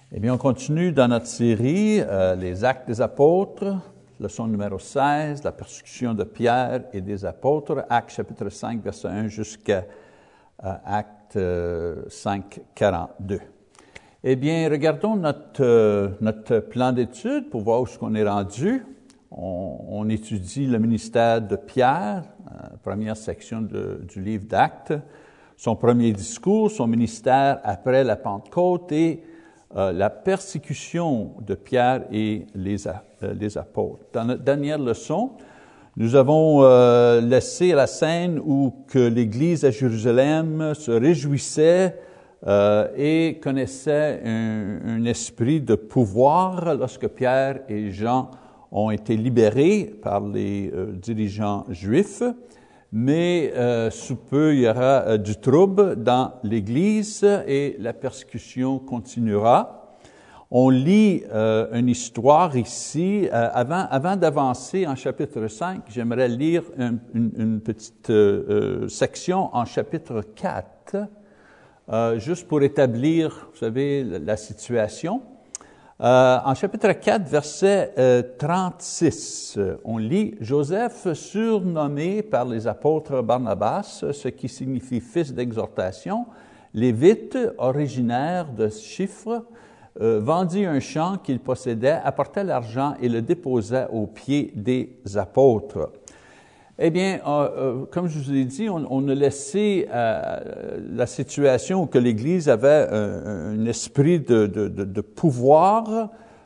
Eh bien, on continue dans notre série Les Actes des Apôtres, leçon numéro 16, la persécution de Pierre et des apôtres, Actes chapitre 5, verset 1 jusqu'à Actes 5, 42. Eh bien, regardons notre plan d'étude pour voir où est-ce qu'on est rendu. On étudie le ministère de Pierre, première section du livre d'Actes, son premier discours, son ministère après la Pentecôte et la persécution de Pierre et les apôtres. Dans notre dernière leçon, nous avons laissé la scène où que l'Église à Jérusalem se réjouissait et connaissait un esprit de pouvoir lorsque Pierre et Jean ont été libérés par les dirigeants juifs. Mais sous peu, il y aura du trouble dans l'Église et la persécution continuera. On lit une histoire ici. Avant d'avancer en chapitre 5, j'aimerais lire une petite section en chapitre 4, juste pour établir, vous savez, la situation. En chapitre 4, verset 36, on lit « Joseph, surnommé par les apôtres Barnabas, ce qui signifie fils d'exhortation, lévite, originaire de Chypre, vendit un champ qu'il possédait, apporta l'argent et le déposa aux pieds des apôtres. » Eh bien, comme je vous ai dit, on a laissé la situation où que l'Église avait un esprit de pouvoir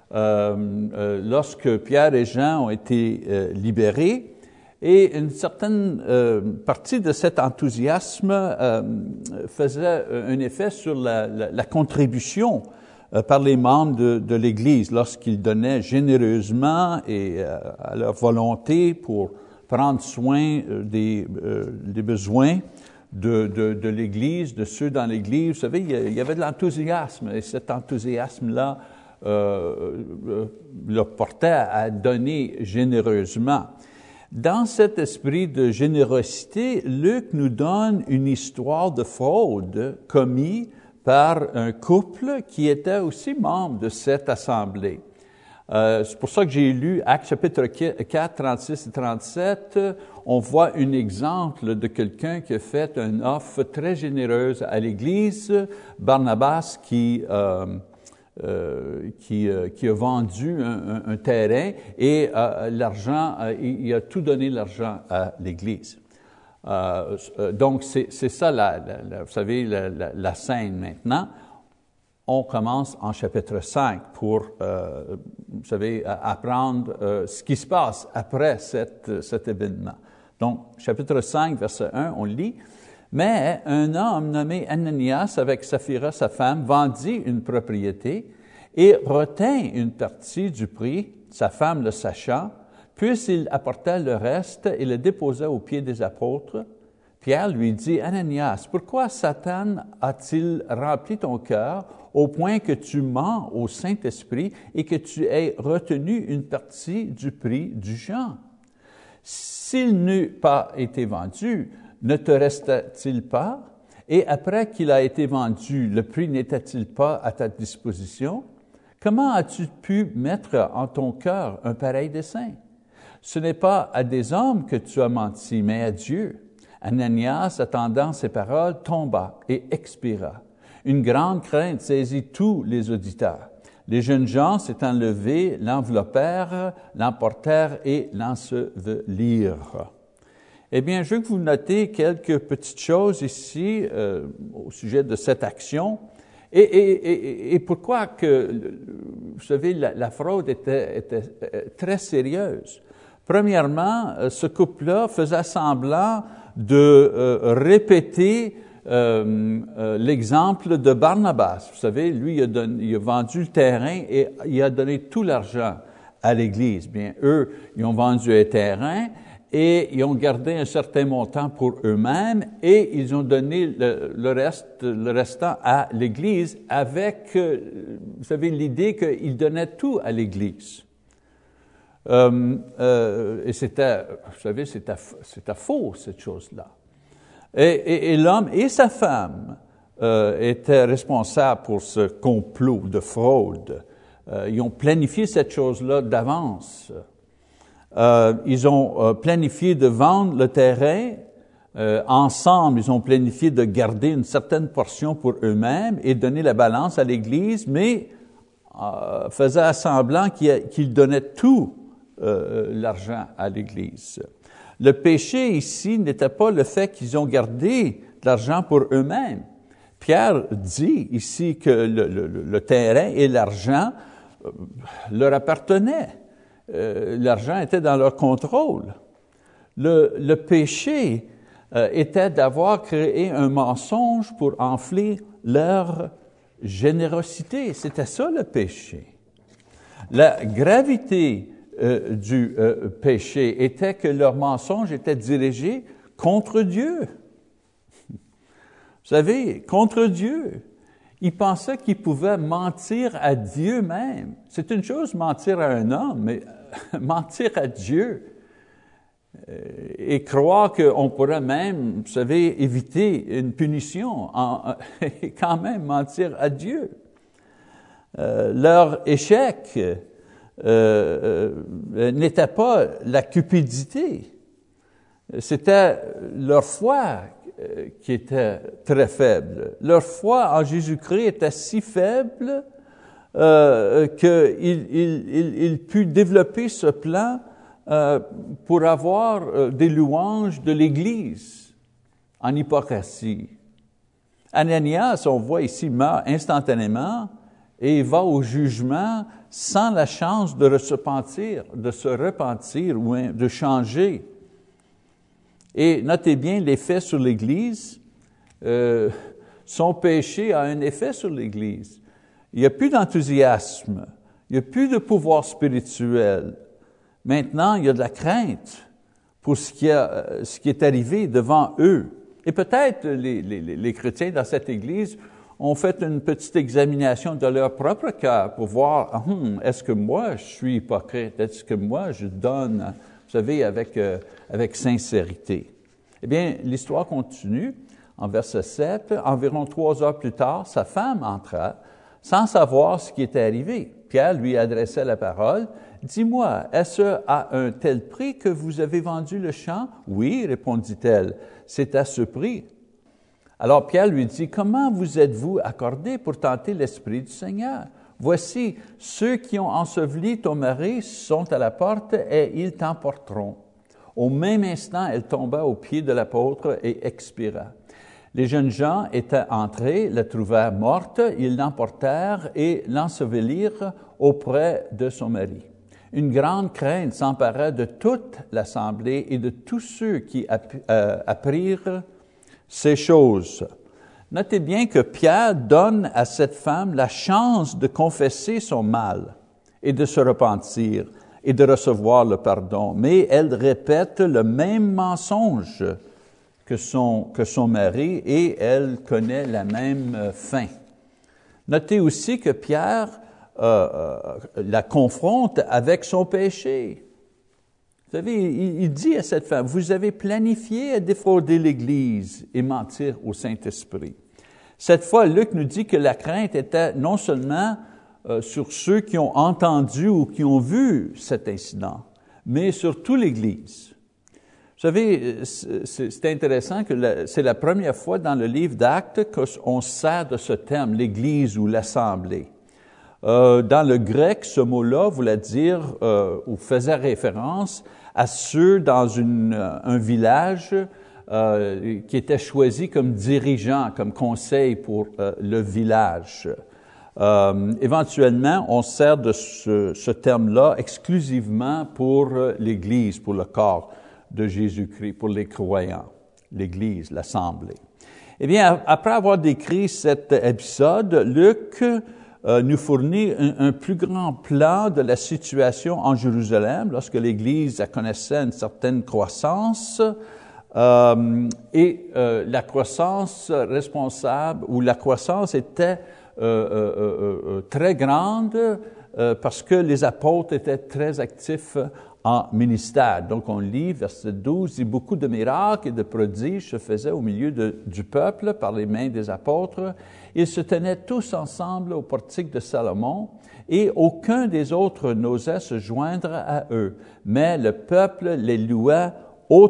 lorsque Pierre et Jean ont été libérés. Et une certaine partie de cet enthousiasme faisait un effet sur la contribution par les membres de l'Église lorsqu'ils donnaient généreusement et à leur volonté pour prendre soin des besoins de l'Église, de ceux dans l'Église. Vous savez, il y avait de l'enthousiasme, et cet enthousiasme-là le portait à donner généreusement. Dans cet esprit de générosité, Luc nous donne une histoire de fraude commise par un couple qui était aussi membre de cette assemblée. C'est pour ça que j'ai lu Actes chapitre 4, 36 et 37. On voit un exemple de quelqu'un qui a fait une offre très généreuse à l'Église, Barnabas qui a vendu un terrain et l'argent, il a tout donné l'argent à l'Église. Donc c'est ça, vous savez, la scène maintenant. On commence en chapitre 5 pour, vous savez, apprendre ce qui se passe après cet événement. Donc, chapitre 5, verset 1, on lit « Mais un homme nommé Ananias, avec Saphira, sa femme, vendit une propriété et retint une partie du prix, sa femme le sachant, puis il apporta le reste et le déposa aux pieds des apôtres. Pierre lui dit, « Ananias, pourquoi Satan a-t-il rempli ton cœur au point que tu mens au Saint-Esprit et que tu aies retenu une partie du prix du champ? S'il n'eût pas été vendu, ne te resta-t-il pas? Et après qu'il a été vendu, le prix n'était-il pas à ta disposition? Comment as-tu pu mettre en ton cœur un pareil dessein? Ce n'est pas à des hommes que tu as menti, mais à Dieu. » Ananias, attendant ces paroles, tomba et expira. Une grande crainte saisit tous les auditeurs. Les jeunes gens s'étant levés, l'enveloppèrent, l'emportèrent et l'ensevelirent. Eh bien, je veux que vous notez quelques petites choses ici au sujet de cette action. Et pourquoi que, vous savez, la fraude était très sérieuse. Premièrement, ce couple-là faisait semblant de répéter l'exemple de Barnabas. Vous savez, lui, il a vendu le terrain et il a donné tout l'argent à l'Église. Bien, eux, ils ont vendu un terrain et ils ont gardé un certain montant pour eux-mêmes et ils ont donné le restant à l'Église avec, vous savez, l'idée qu'ils donnaient tout à l'Église. Et c'était, vous savez, c'était faux, cette chose-là. Et l'homme et sa femme étaient responsables pour ce complot de fraude. Ils ont planifié cette chose-là d'avance. Ils ont planifié de vendre le terrain. Ensemble, ils ont planifié de garder une certaine portion pour eux-mêmes et donner la balance à l'Église, mais faisaient semblant qu'ils donnaient tout l'argent à l'Église. Le péché ici n'était pas le fait qu'ils ont gardé de l'argent pour eux-mêmes. Pierre dit ici que le terrain et l'argent leur appartenaient. L'argent était dans leur contrôle. Le péché était d'avoir créé un mensonge pour enfler leur générosité. C'était ça le péché. La gravité du péché était que leur mensonge était dirigé contre Dieu. Vous savez, contre Dieu. Ils pensaient qu'ils pouvaient mentir à Dieu même. C'est une chose mentir à un homme, mais mentir à Dieu et croire qu'on pourrait même, vous savez, éviter une punition et quand même mentir à Dieu. Leur échec n'était pas la cupidité, c'était leur foi qui était très faible. Leur foi en Jésus-Christ était si faible qu'il put développer ce plan pour avoir des louanges de l'Église en hypocrisie. Ananias, on voit ici, meurt instantanément et il va au jugement sans la chance de se repentir ou de changer. Et notez bien l'effet sur l'Église. Son péché a un effet sur l'Église. Il n'y a plus d'enthousiasme, il n'y a plus de pouvoir spirituel. Maintenant, il y a de la crainte pour ce qui est arrivé devant eux. Et peut-être les chrétiens dans cette Église ont fait une petite examination de leur propre cœur pour voir, est-ce que moi je suis hypocrite? Est-ce que moi je donne, vous savez, avec sincérité? Eh bien, l'histoire continue en verset 7. Environ 3 heures plus tard, sa femme entra sans savoir ce qui était arrivé. Pierre lui adressait la parole. « Dis-moi, est-ce à un tel prix que vous avez vendu le champ? »« Oui, répondit-elle, c'est à ce prix. » Alors Pierre lui dit, « Comment vous êtes-vous accordé pour tenter l'Esprit du Seigneur? Voici, ceux qui ont enseveli ton mari sont à la porte et ils t'emporteront. » Au même instant, elle tomba aux pieds de l'apôtre et expira. Les jeunes gens étaient entrés, la trouvèrent morte, ils l'emportèrent et l'ensevelirent auprès de son mari. Une grande crainte s'empara de toute l'assemblée et de tous ceux qui apprirent ces choses. Notez bien que Pierre donne à cette femme la chance de confesser son mal et de se repentir et de recevoir le pardon, mais elle répète le même mensonge que son mari et elle connaît la même fin. Notez aussi que Pierre la confronte avec son péché. Vous savez, il dit à cette femme, « Vous avez planifié à défrauder l'Église et mentir au Saint-Esprit. » Cette fois, Luc nous dit que la crainte était non seulement sur ceux qui ont entendu ou qui ont vu cet incident, mais sur toute l'Église. Vous savez, c'est intéressant que c'est la première fois dans le livre d'Actes qu'on sert de ce terme, l'Église ou l'Assemblée. Dans le grec, ce mot-là voulait dire ou faisait référence à ceux dans un village qui étaient choisis comme dirigeants, comme conseil pour le village. Éventuellement, on sert de ce terme-là exclusivement pour l'Église, pour le corps de Jésus-Christ, pour les croyants, l'Église, l'Assemblée. Eh bien, après avoir décrit cet épisode, Luc nous fournit un plus grand plan de la situation en Jérusalem lorsque l'Église connaissait une certaine croissance et la croissance responsable ou la croissance était très grande parce que les apôtres étaient très actifs en ministère. Donc, on lit, verset 12, « Et beaucoup de miracles et de prodiges se faisaient au milieu du peuple par les mains des apôtres. Ils se tenaient tous ensemble au portique de Salomon, et aucun des autres n'osait se joindre à eux, mais le peuple les louait hautement. »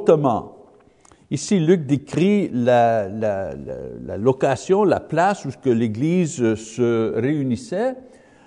Ici, Luc décrit la location, la place où que l'Église se réunissait,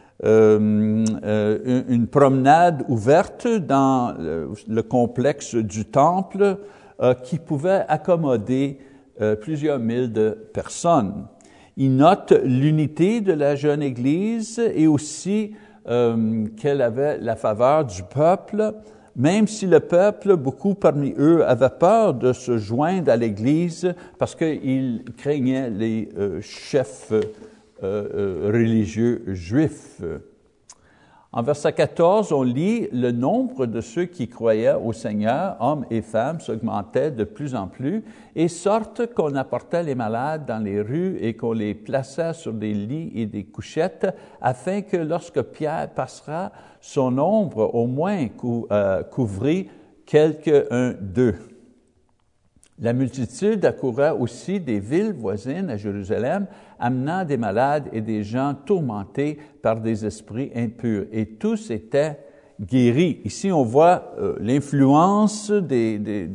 une promenade ouverte dans le complexe du temple qui pouvait accommoder plusieurs mille de personnes. Il note l'unité de la jeune Église et aussi qu'elle avait la faveur du peuple, même si le peuple, beaucoup parmi eux, avaient peur de se joindre à l'Église parce qu'ils craignaient les chefs religieux juifs. En verset 14, on lit « Le nombre de ceux qui croyaient au Seigneur, hommes et femmes, s'augmentait de plus en plus, et sorte qu'on apportait les malades dans les rues et qu'on les plaçait sur des lits et des couchettes, afin que lorsque Pierre passera, son ombre au moins couvrit quelques-uns d'eux. » La multitude accourait aussi des villes voisines à Jérusalem, amenant des malades et des gens tourmentés par des esprits impurs. Et tous étaient guéris. Ici, on voit l'influence des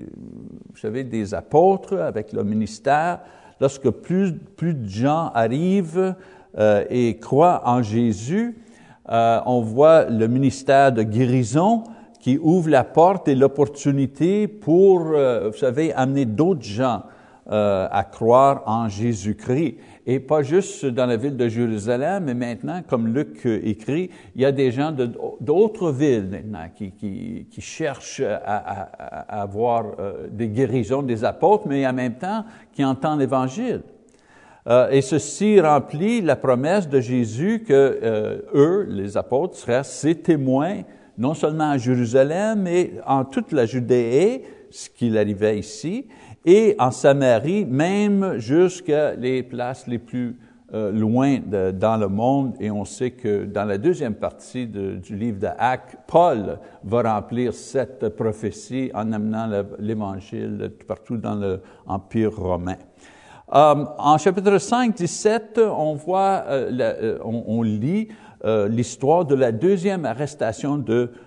apôtres avec le ministère. Lorsque plus de gens arrivent et croient en Jésus, on voit le ministère de guérison qui ouvre la porte et l'opportunité pour, amener d'autres gens à croire en Jésus-Christ. Et pas juste dans la ville de Jérusalem, mais maintenant, comme Luc écrit, il y a des gens d'autres villes maintenant qui cherchent à avoir des guérisons des apôtres, mais en même temps qui entendent l'Évangile. Et ceci remplit la promesse de Jésus que eux, les apôtres, seraient ses témoins, non seulement à Jérusalem, mais en toute la Judée, ce qu'il arrivait ici, et en Samarie, même jusqu'à les places les plus loin dans le monde. Et on sait que dans la deuxième partie du livre d'Actes, Paul va remplir cette prophétie en amenant l'Évangile partout dans l'Empire romain. En chapitre 5, 17, on voit, on lit l'histoire de la deuxième arrestation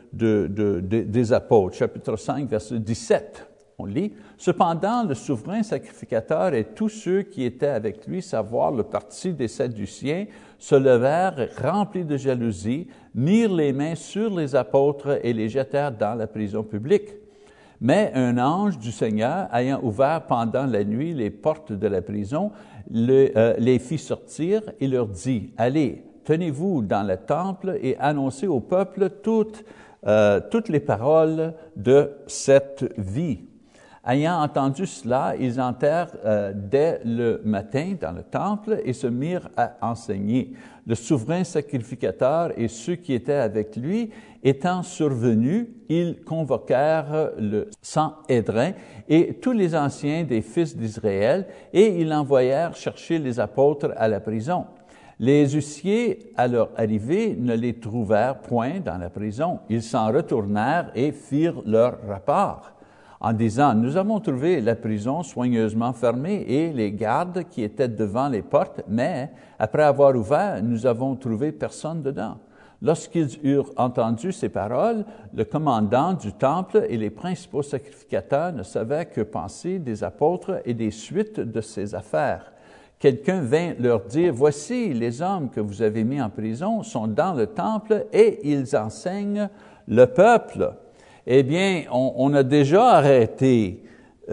des apôtres. Chapitre 5, verset 17, on lit « Cependant, le souverain sacrificateur et tous ceux qui étaient avec lui, savoir le parti des Sadduciens, se levèrent remplis de jalousie, mirent les mains sur les apôtres et les jetèrent dans la prison publique. Mais un ange du Seigneur, ayant ouvert pendant la nuit les portes de la prison, les fit sortir et leur dit « Allez, tenez-vous dans le temple et annoncez au peuple toutes les paroles de cette vie. » Ayant entendu cela, ils entrèrent dès le matin dans le temple et se mirent à enseigner. Le souverain sacrificateur et ceux qui étaient avec lui étant survenus, ils convoquèrent le Sanhédrin et tous les anciens des fils d'Israël et ils envoyèrent chercher les apôtres à la prison. Les huissiers, à leur arrivée, ne les trouvèrent point dans la prison. Ils s'en retournèrent et firent leur rapport en disant « Nous avons trouvé la prison soigneusement fermée et les gardes qui étaient devant les portes, mais après avoir ouvert, nous avons trouvé personne dedans. » Lorsqu'ils eurent entendu ces paroles, le commandant du temple et les principaux sacrificateurs ne savaient que penser des apôtres et des suites de ces affaires. Quelqu'un vint leur dire « Voici, les hommes que vous avez mis en prison sont dans le temple et ils enseignent le peuple. » Eh bien, on a déjà arrêté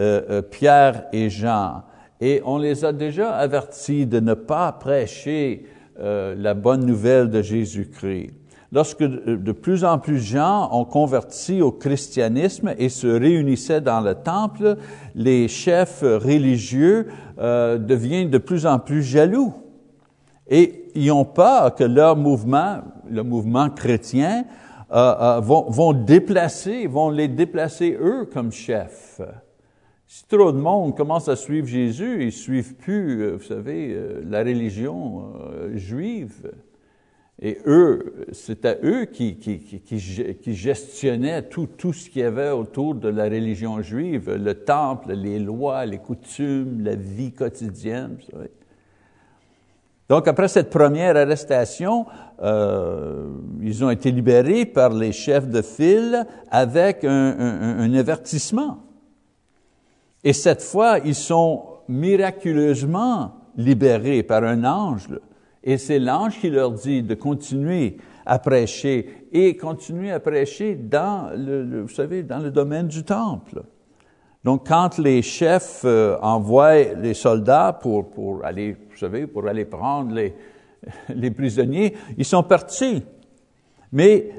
Pierre et Jean et on les a déjà avertis de ne pas prêcher la bonne nouvelle de Jésus-Christ. Lorsque de plus en plus de gens ont converti au christianisme et se réunissaient dans le temple, les chefs religieux deviennent de plus en plus jaloux. Et ils ont peur que leur mouvement, le mouvement chrétien, vont les déplacer eux comme chefs. Si trop de monde commence à suivre Jésus, ils ne suivent plus, la religion juive. Et eux, c'était eux qui gestionnaient tout ce qu'il y avait autour de la religion juive, le temple, les lois, les coutumes, la vie quotidienne. Vous savez. Donc, après cette première arrestation, ils ont été libérés par les chefs de file avec un avertissement. Et cette fois, ils sont miraculeusement libérés par un ange, là. Et c'est l'ange qui leur dit de continuer à prêcher et continuer à prêcher dans vous savez, dans le domaine du temple. Donc, quand les chefs envoient les soldats pour aller, vous savez, pour aller prendre les prisonniers, ils sont partis. Mais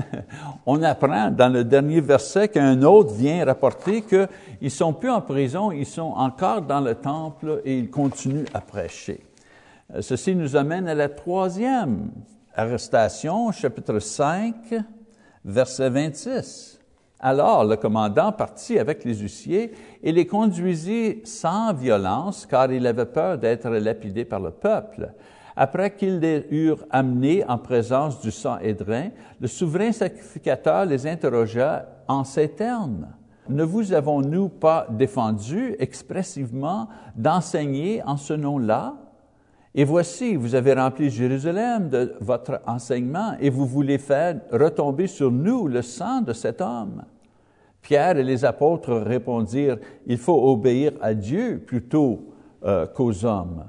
on apprend dans le dernier verset qu'un autre vient rapporter qu'ils ne sont plus en prison, ils sont encore dans le temple et ils continuent à prêcher. Ceci nous amène à la troisième arrestation, chapitre 5, verset 26. Alors le commandant partit avec les huissiers et les conduisit sans violence, car il avait peur d'être lapidé par le peuple. Après qu'ils les eurent amenés en présence du Sanhédrin, le souverain sacrificateur les interrogea en ces termes. « Ne vous avons-nous pas défendu expressivement d'enseigner en ce nom-là? Et voici, vous avez rempli Jérusalem de votre enseignement et vous voulez faire retomber sur nous le sang de cet homme. » Pierre et les apôtres répondirent, « Il faut obéir à Dieu plutôt qu'aux hommes.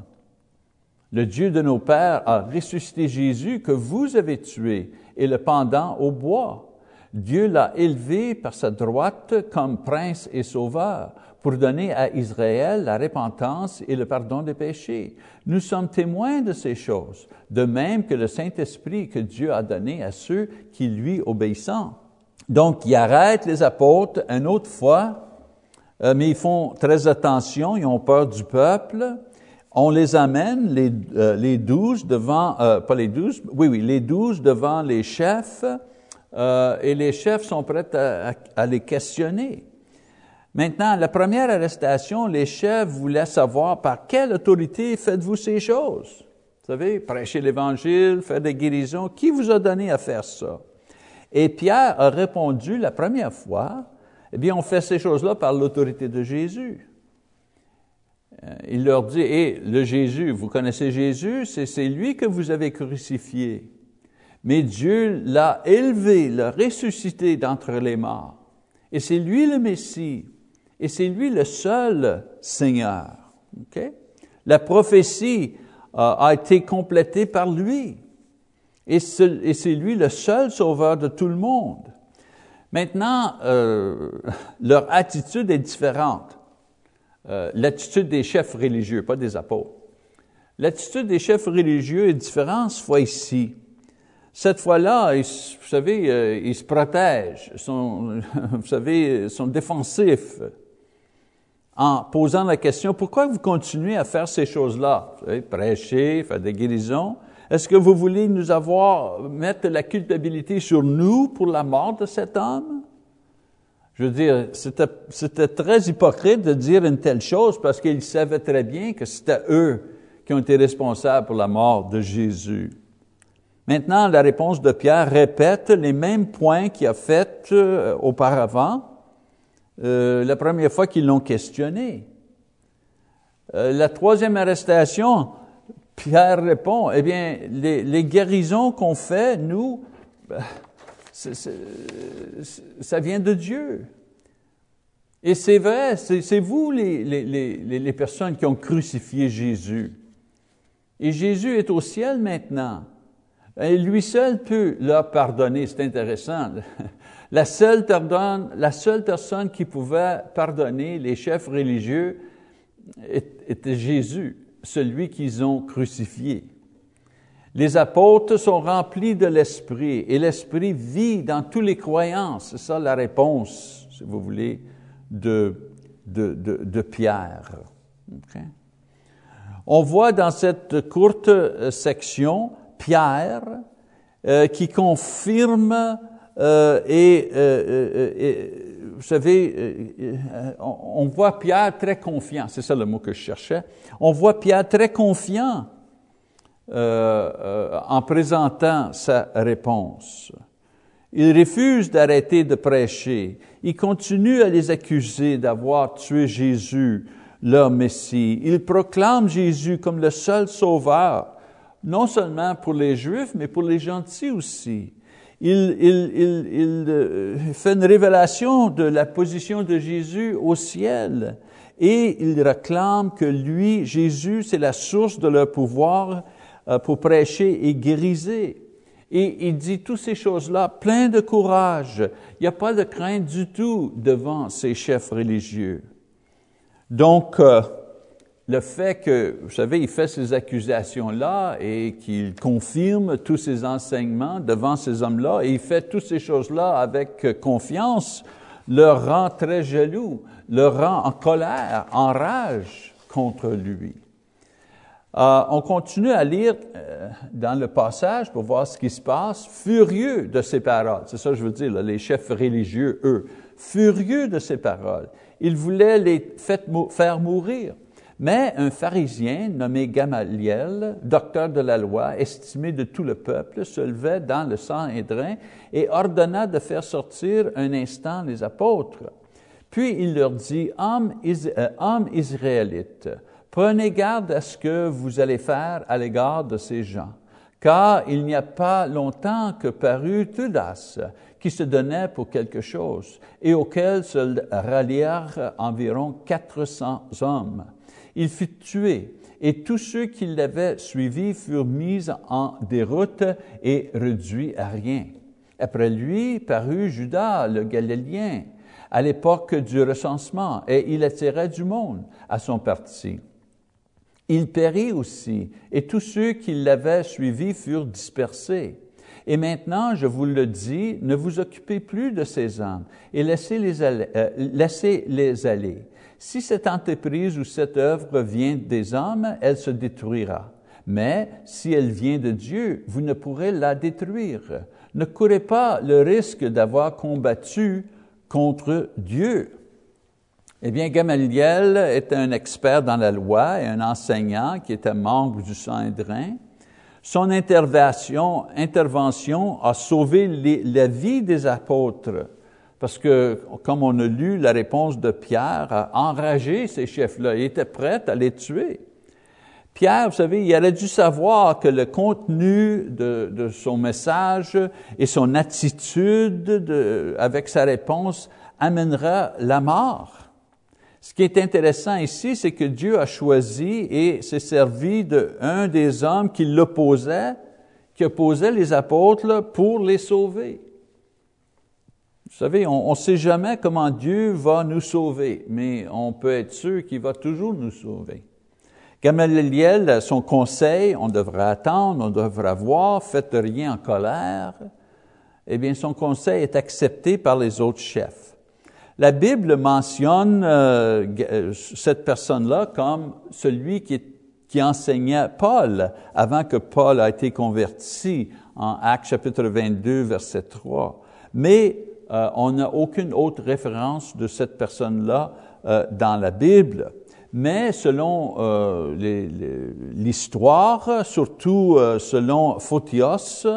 Le Dieu de nos pères a ressuscité Jésus que vous avez tué et le pendant au bois. Dieu l'a élevé par sa droite comme prince et sauveur pour donner à Israël la repentance et le pardon des péchés. Nous sommes témoins de ces choses, de même que le Saint-Esprit que Dieu a donné à ceux qui lui obéissent. » Donc, ils arrêtent les apôtres une autre fois, mais ils font très attention, ils ont peur du peuple. On les amène, les 12 devant, les 12 devant les chefs, et les chefs sont prêts à les questionner. Maintenant, la première arrestation, les chefs voulaient savoir par quelle autorité faites-vous ces choses? Vous savez, prêcher l'Évangile, faire des guérisons, qui vous a donné à faire ça? Et Pierre a répondu la première fois, eh bien, on fait ces choses-là par l'autorité de Jésus. Il leur dit, le Jésus, vous connaissez Jésus, c'est lui que vous avez crucifié. Mais Dieu l'a élevé, l'a ressuscité d'entre les morts. Et c'est lui le Messie. Et c'est lui le seul Seigneur. Okay? La prophétie a été complétée par lui. Et c'est lui le seul sauveur de tout le monde. Maintenant, leur attitude est différente. L'attitude des chefs religieux, pas des apôtres. L'attitude des chefs religieux est différente cette fois ici. Cette fois-là, vous savez, ils se protègent, sont défensifs en posant la question, pourquoi vous continuez à faire ces choses-là? Vous savez, prêcher, faire des guérisons. Est-ce que vous voulez mettre la culpabilité sur nous pour la mort de cet homme? Je veux dire, c'était très hypocrite de dire une telle chose parce qu'ils savaient très bien que c'était eux qui ont été responsables pour la mort de Jésus. Maintenant, la réponse de Pierre répète les mêmes points qu'il a fait auparavant, la première fois qu'ils l'ont questionné. La troisième arrestation, Pierre répond, eh bien, les guérisons qu'on fait, nous, ça vient de Dieu. Et c'est vrai, c'est vous les personnes qui ont crucifié Jésus. Et Jésus est au ciel maintenant. Et lui seul peut leur pardonner. C'est intéressant. La seule personne qui pouvait pardonner les chefs religieux était Jésus, celui qu'ils ont crucifié. Les apôtres sont remplis de l'Esprit, et l'Esprit vit dans tous les croyants. C'est ça la réponse, si vous voulez, de Pierre. Okay? On voit dans cette courte section Pierre qui confirme vous savez, on voit Pierre très confiant, c'est ça le mot que je cherchais. On voit Pierre très confiant en présentant sa réponse. Il refuse d'arrêter de prêcher. Il continue à les accuser d'avoir tué Jésus, leur Messie. Il proclame Jésus comme le seul sauveur, non seulement pour les Juifs, mais pour les gentils aussi. Il fait une révélation de la position de Jésus au ciel et il réclame que lui, Jésus, c'est la source de leur pouvoir pour prêcher et guérir. Et il dit toutes ces choses-là plein de courage. Il n'y a pas de crainte du tout devant ces chefs religieux. Donc, le fait que, vous savez, il fait ces accusations-là et qu'il confirme tous ces enseignements devant ces hommes-là et il fait toutes ces choses-là avec confiance, leur rend très jaloux, leur rend en colère, en rage contre lui. On continue à lire dans le passage pour voir ce qui se passe, furieux de ces paroles. C'est ça que je veux dire, là, les chefs religieux, eux, furieux de ces paroles. Ils voulaient les faire mourir. Mais un pharisien nommé Gamaliel, docteur de la loi, estimé de tout le peuple, se levait dans le Sanhédrin et ordonna de faire sortir un instant les apôtres. Puis il leur dit, « Hommes israélites, prenez garde à ce que vous allez faire à l'égard de ces gens, car il n'y a pas longtemps que parut Theudas, qui se donnait pour quelque chose, et auquel se rallièrent environ 400 hommes. Il fut tué, et tous ceux qui l'avaient suivi furent mis en déroute et réduits à rien. Après lui parut Judas le Galiléen, à l'époque du recensement, et il attirait du monde à son parti. Il périt aussi, et tous ceux qui l'avaient suivi furent dispersés. Et maintenant, je vous le dis, ne vous occupez plus de ces hommes, et laissez-les aller. Si cette entreprise ou cette œuvre vient des hommes, elle se détruira. Mais si elle vient de Dieu, vous ne pourrez la détruire. Ne courez pas le risque d'avoir combattu contre Dieu. Eh bien, Gamaliel était un expert dans la loi et un enseignant qui était membre du Sanhédrin. Son intervention a sauvé la vie des apôtres. Parce que, comme on a lu, la réponse de Pierre a enragé ces chefs-là. Il était prêt à les tuer. Pierre, vous savez, il aurait dû savoir que le contenu de son message et son attitude avec sa réponse amènera la mort. Ce qui est intéressant ici, c'est que Dieu a choisi et s'est servi d'un des hommes qui l'opposait, qui opposait les apôtres là, pour les sauver. Vous savez, on ne sait jamais comment Dieu va nous sauver, mais on peut être sûr qu'il va toujours nous sauver. Gamaliel, son conseil, on devrait attendre, on devrait voir, faites rien en colère. Eh bien, son conseil est accepté par les autres chefs. La Bible mentionne cette personne-là comme celui qui enseignait Paul avant que Paul a été converti en Actes chapitre 22, verset 3. Mais on n'a aucune autre référence de cette personne-là dans la Bible. Mais selon l'histoire, surtout selon Photios,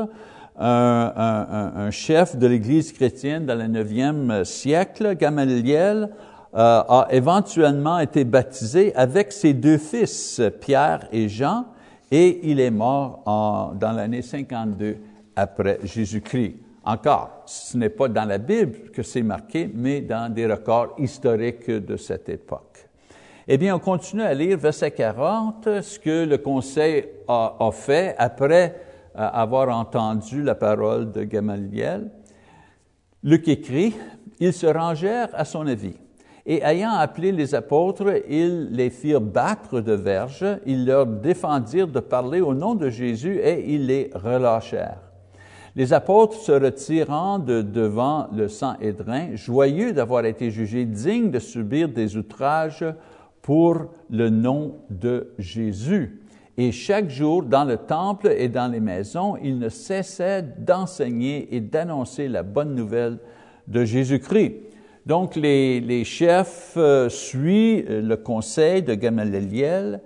un chef de l'Église chrétienne dans le 9e siècle, Gamaliel, a éventuellement été baptisé avec ses deux fils, Pierre et Jean, et il est mort dans l'année 52 après Jésus-Christ. Encore, ce n'est pas dans la Bible que c'est marqué, mais dans des records historiques de cette époque. Eh bien, on continue à lire verset 40, ce que le conseil a fait après avoir entendu la parole de Gamaliel. Luc écrit, « Ils se rangèrent à son avis, et ayant appelé les apôtres, ils les firent battre de verges, ils leur défendirent de parler au nom de Jésus, et ils les relâchèrent. Les apôtres se retirant devant le Sanhédrin, joyeux d'avoir été jugés dignes de subir des outrages pour le nom de Jésus. Et chaque jour, dans le temple et dans les maisons, ils ne cessaient d'enseigner et d'annoncer la bonne nouvelle de Jésus-Christ. » Donc, les chefs suivent le conseil de Gamaliel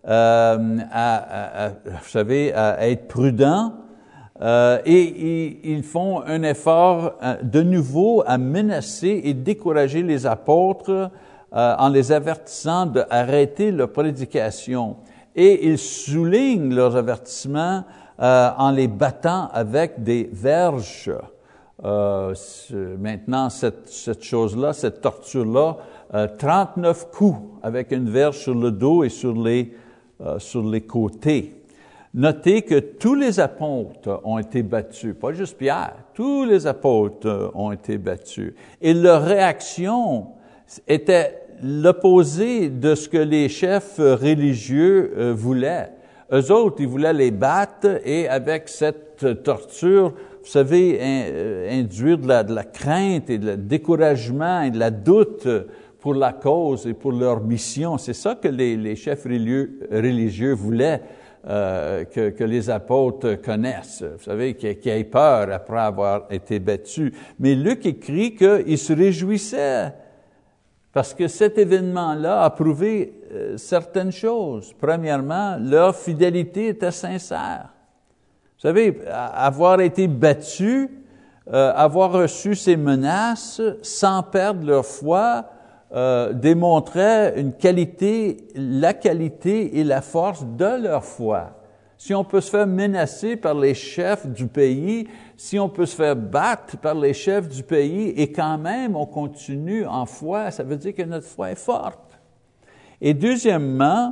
vous savez, à être prudents. Et ils font un effort de nouveau à menacer et décourager les apôtres en les avertissant d'arrêter leur prédication. Et ils soulignent leurs avertissements en les battant avec des verges. Maintenant, cette chose-là, cette torture-là, 39 coups avec une verge sur le dos et sur les côtés. Notez que tous les apôtres ont été battus, pas juste Pierre, tous les apôtres ont été battus. Et leur réaction était l'opposé de ce que les chefs religieux voulaient. Eux autres, ils voulaient les battre et avec cette torture, vous savez, induire de la crainte et de découragement et de la doute pour la cause et pour leur mission. C'est ça que les chefs religieux voulaient. Que les apôtres connaissent, vous savez, qu'ils aient peur après avoir été battus. Mais Luc écrit qu'ils se réjouissaient parce que cet événement-là a prouvé certaines choses. Premièrement, leur fidélité était sincère. Vous savez, avoir été battus, avoir reçu ces menaces sans perdre leur foi, démontraient la qualité et la force de leur foi. Si on peut se faire menacer par les chefs du pays, si on peut se faire battre par les chefs du pays et quand même on continue en foi, ça veut dire que notre foi est forte. Et deuxièmement,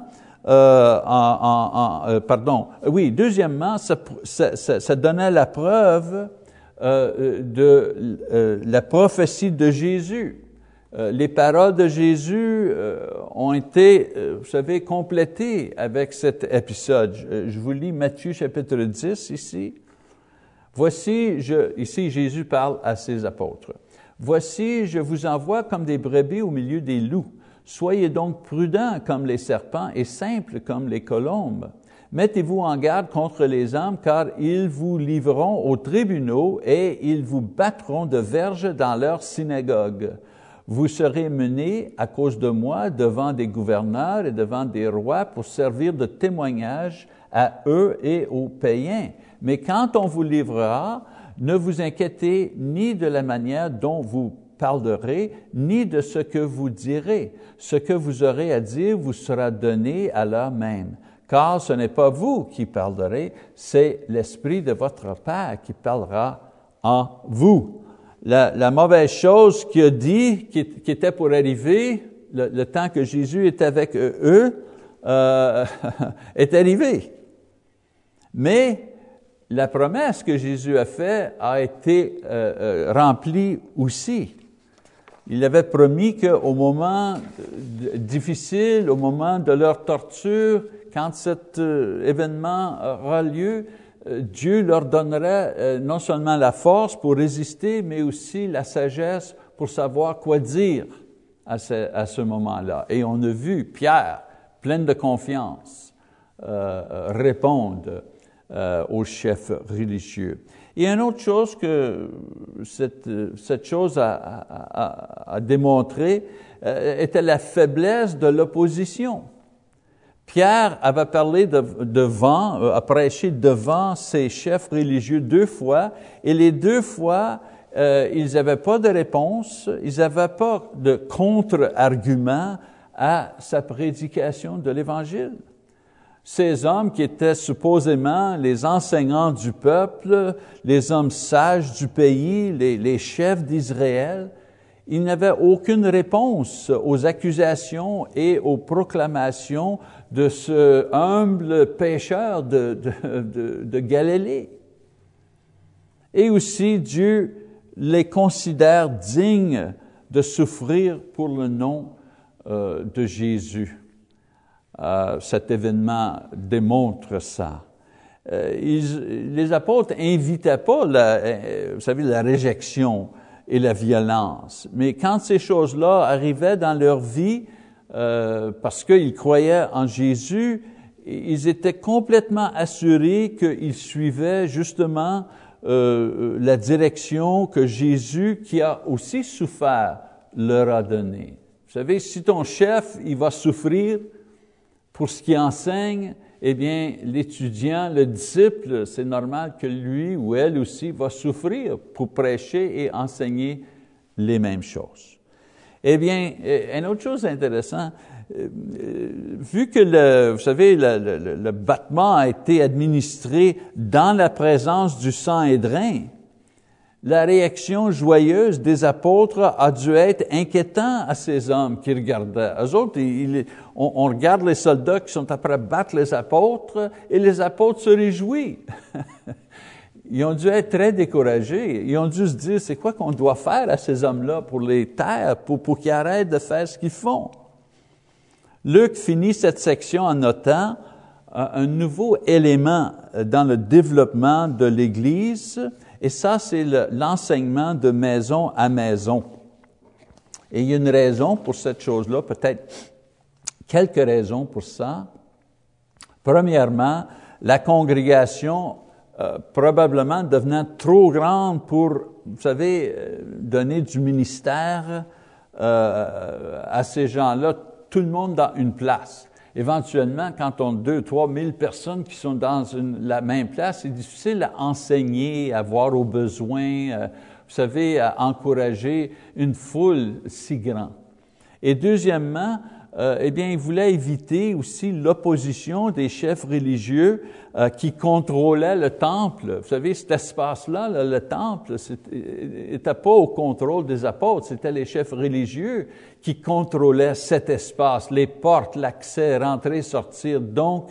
deuxièmement, ça donnait la preuve de la prophétie de Jésus. Les paroles de Jésus ont été, vous savez, complétées avec cet épisode. Je vous lis Matthieu chapitre 10 ici. Ici Jésus parle à ses apôtres. « Voici, je vous envoie comme des brebis au milieu des loups. Soyez donc prudents comme les serpents et simples comme les colombes. Mettez-vous en garde contre les hommes, car ils vous livreront aux tribunaux et ils vous battront de verges dans leurs synagogues. Vous serez menés à cause de moi devant des gouverneurs et devant des rois pour servir de témoignage à eux et aux païens. Mais quand on vous livrera, ne vous inquiétez ni de la manière dont vous parlerez, ni de ce que vous direz. Ce que vous aurez à dire vous sera donné à l'heure même. Car ce n'est pas vous qui parlerez, c'est l'Esprit de votre Père qui parlera en vous. » La mauvaise chose qu'il a dit, qui était pour arriver, le temps que Jésus était avec eux, est arrivé. Mais la promesse que Jésus a faite a été remplie aussi. Il avait promis qu'au moment difficile, au moment de leur torture, quand cet événement aura lieu, Dieu leur donnerait non seulement la force pour résister, mais aussi la sagesse pour savoir quoi dire à ce moment-là. Et on a vu Pierre, plein de confiance, répondre aux chefs religieux. Et une autre chose que cette chose a démontré était la faiblesse de l'opposition. Pierre avait parlé a prêché devant ses chefs religieux 2 fois, et les 2 fois, ils n'avaient pas de réponse, ils n'avaient pas de contre-argument à sa prédication de l'Évangile. Ces hommes qui étaient supposément les enseignants du peuple, les hommes sages du pays, les chefs d'Israël, ils n'avaient aucune réponse aux accusations et aux proclamations de ce humble pécheur de Galilée. Et aussi, Dieu les considère dignes de souffrir pour le nom de Jésus. Cet événement démontre ça. Les apôtres n'invitaient pas, vous savez, la réjection et la violence. Mais quand ces choses-là arrivaient dans leur vie, parce qu'ils croyaient en Jésus, ils étaient complètement assurés qu'ils suivaient justement la direction que Jésus, qui a aussi souffert, leur a donnée. Vous savez, si ton chef, il va souffrir pour ce qu'il enseigne, eh bien, l'étudiant, le disciple, c'est normal que lui ou elle aussi va souffrir pour prêcher et enseigner les mêmes choses. Eh bien, une autre chose intéressante, vu que vous savez, le baptême a été administré dans la présence du Sanhédrin, la réaction joyeuse des apôtres a dû être inquiétant à ces hommes qui regardaient. Eux autres, on regarde les soldats qui sont après battre les apôtres et les apôtres se réjouissent. Ils ont dû être très découragés. Ils ont dû se dire, c'est quoi qu'on doit faire à ces hommes-là pour les taire, pour qu'ils arrêtent de faire ce qu'ils font? Luc finit cette section en notant un nouveau élément dans le développement de l'Église, et ça, c'est l'enseignement de maison à maison. Et il y a une raison pour cette chose-là, peut-être quelques raisons pour ça. Premièrement, la congrégation probablement devenant trop grande pour, vous savez, donner du ministère à ces gens-là, tout le monde dans une place. Éventuellement, quand on a 2-3 000 personnes qui sont dans la même place, c'est difficile à enseigner, à voir aux besoins, vous savez, à encourager une foule si grande. Et deuxièmement, eh bien, il voulait éviter aussi l'opposition des chefs religieux qui contrôlaient le temple. Vous savez, cet espace-là, le temple, n'était pas au contrôle des apôtres, c'était les chefs religieux qui contrôlaient cet espace, les portes, l'accès, rentrer, sortir. Donc,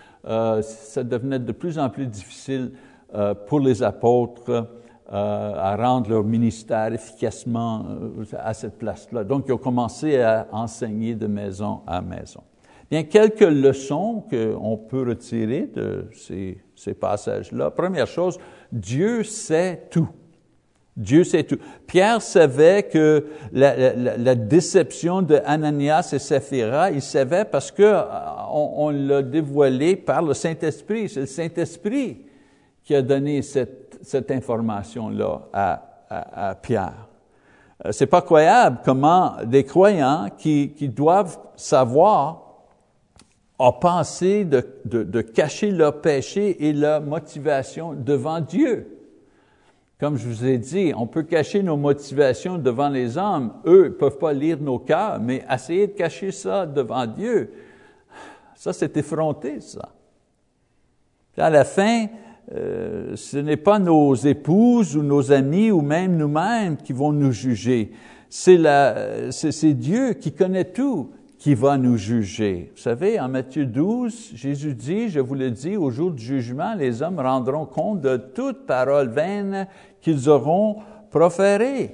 ça devenait de plus en plus difficile pour les apôtres à rendre leur ministère efficacement à cette place-là. Donc, ils ont commencé à enseigner de maison à maison. Bien, quelques leçons qu'on peut retirer de ces passages-là. Première chose, Dieu sait tout. Dieu sait tout. Pierre savait que la déception de Ananias et Saphira, il savait parce que on l'a dévoilé par le Saint-Esprit. C'est le Saint-Esprit qui a donné cette information-là à Pierre. C'est pas croyable comment des croyants qui doivent savoir ont pensé de cacher leur péché et leur motivation devant Dieu. Comme je vous ai dit, on peut cacher nos motivations devant les hommes. Eux, ils ne peuvent pas lire nos cœurs, mais essayer de cacher ça devant Dieu, ça, c'est effronté, ça. Puis à la fin, ce n'est pas nos épouses ou nos amis ou même nous-mêmes qui vont nous juger. C'est Dieu qui connaît tout qui va nous juger. Vous savez, en Matthieu 12, Jésus dit, je vous le dis, au jour du jugement, les hommes rendront compte de toute parole vaine qu'ils auront proférée.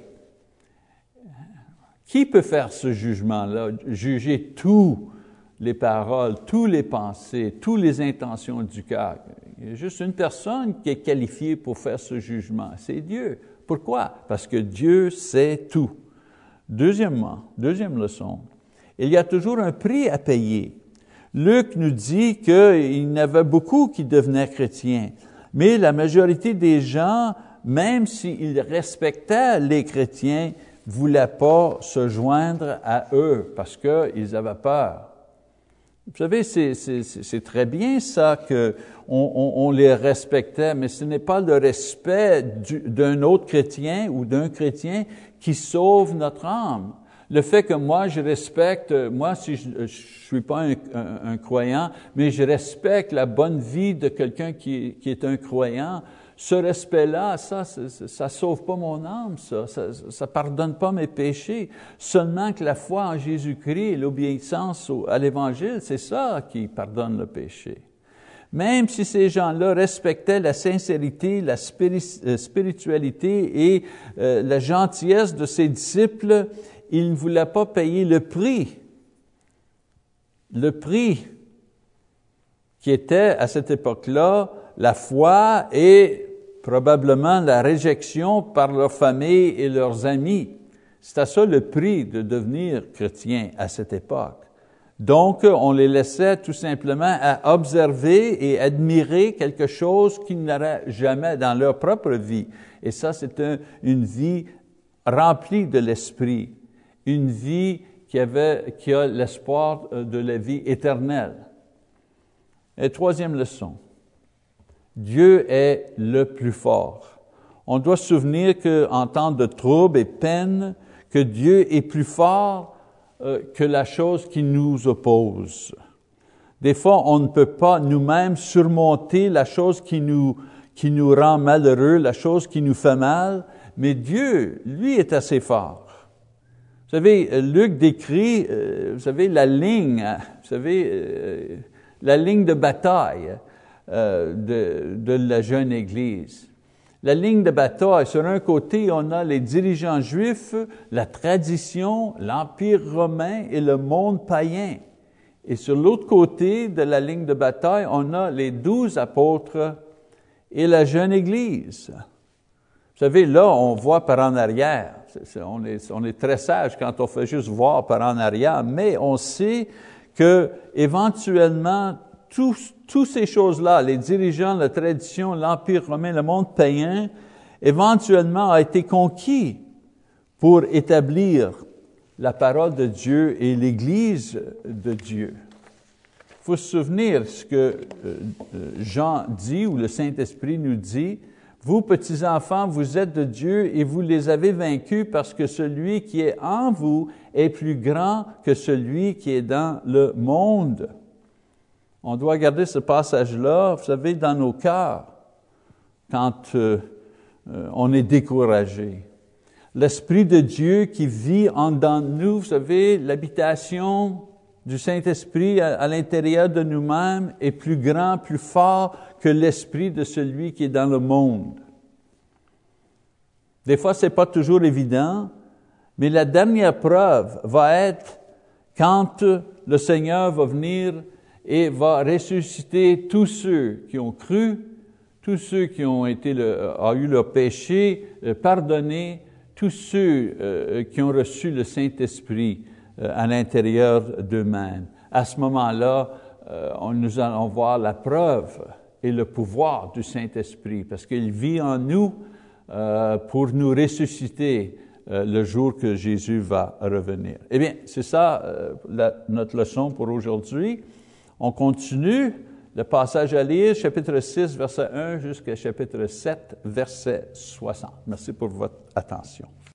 Qui peut faire ce jugement-là? Juger toutes les paroles, toutes les pensées, toutes les intentions du cœur. Il y a juste une personne qui est qualifiée pour faire ce jugement, c'est Dieu. Pourquoi? Parce que Dieu sait tout. Deuxième leçon, il y a toujours un prix à payer. Luc nous dit qu'il y en avait beaucoup qui devenaient chrétiens, mais la majorité des gens, même s'ils respectaient les chrétiens, ne voulaient pas se joindre à eux parce qu'ils avaient peur. Vous savez, c'est très bien ça qu'on les respectait, mais ce n'est pas le respect d'un autre chrétien ou d'un chrétien qui sauve notre âme. Le fait que moi, je respecte, moi, si je suis pas un croyant, mais je respecte la bonne vie de quelqu'un qui est un croyant, ce respect-là, ça sauve pas mon âme, ça pardonne pas mes péchés. Seulement que la foi en Jésus-Christ et l'obéissance à l'Évangile, c'est ça qui pardonne le péché. Même si ces gens-là respectaient la sincérité, la spiritualité et la gentillesse de ses disciples, ils ne voulaient pas payer le prix. Le prix qui était à cette époque-là la foi et probablement la réjection par leur famille et leurs amis. C'était ça le prix de devenir chrétien à cette époque. Donc, on les laissait tout simplement à observer et admirer quelque chose qu'ils n'auraient jamais dans leur propre vie. Et ça, c'est une vie remplie de l'Esprit. Une vie qui a l'espoir de la vie éternelle. Et troisième leçon, Dieu est le plus fort. On doit se souvenir qu'en temps de troubles et peine, que Dieu est plus fort que la chose qui nous oppose. Des fois, on ne peut pas nous-mêmes surmonter la chose qui nous rend malheureux, la chose qui nous fait mal, mais Dieu, lui, est assez fort. Vous savez, Luc décrit, la ligne, la ligne de bataille de la jeune Église. La ligne de bataille, sur un côté, on a les dirigeants juifs, la tradition, l'Empire romain et le monde païen. Et sur l'autre côté de la ligne de bataille, on a les 12 apôtres et la jeune Église. Vous savez, là, on voit par en arrière. On est très sage quand on fait juste voir par en arrière, mais on sait que éventuellement, toutes ces choses-là, les dirigeants, la tradition, l'Empire romain, le monde païen, éventuellement a été conquis pour établir la parole de Dieu et l'Église de Dieu. Il faut se souvenir ce que Jean dit, ou le Saint-Esprit nous dit, « Vous, petits-enfants, vous êtes de Dieu et vous les avez vaincus parce que celui qui est en vous est plus grand que celui qui est dans le monde. » On doit garder ce passage-là, vous savez, dans nos cœurs, quand on est découragé. L'Esprit de Dieu qui vit en dedans de nous, vous savez, l'habitation du Saint-Esprit à l'intérieur de nous-mêmes est plus grand, plus fort que l'esprit de celui qui est dans le monde. Des fois, c'est pas toujours évident, mais la dernière preuve va être quand le Seigneur va venir et va ressusciter tous ceux qui ont cru, tous ceux qui ont eu leur péché pardonné, tous ceux qui ont reçu le Saint-Esprit à l'intérieur d'eux-mêmes. À ce moment-là, nous allons voir la preuve et le pouvoir du Saint-Esprit, parce qu'il vit en nous pour nous ressusciter le jour que Jésus va revenir. Eh bien, c'est ça notre leçon pour aujourd'hui. On continue le passage à lire, chapitre 6, verset 1 jusqu'à chapitre 7, verset 60. Merci pour votre attention.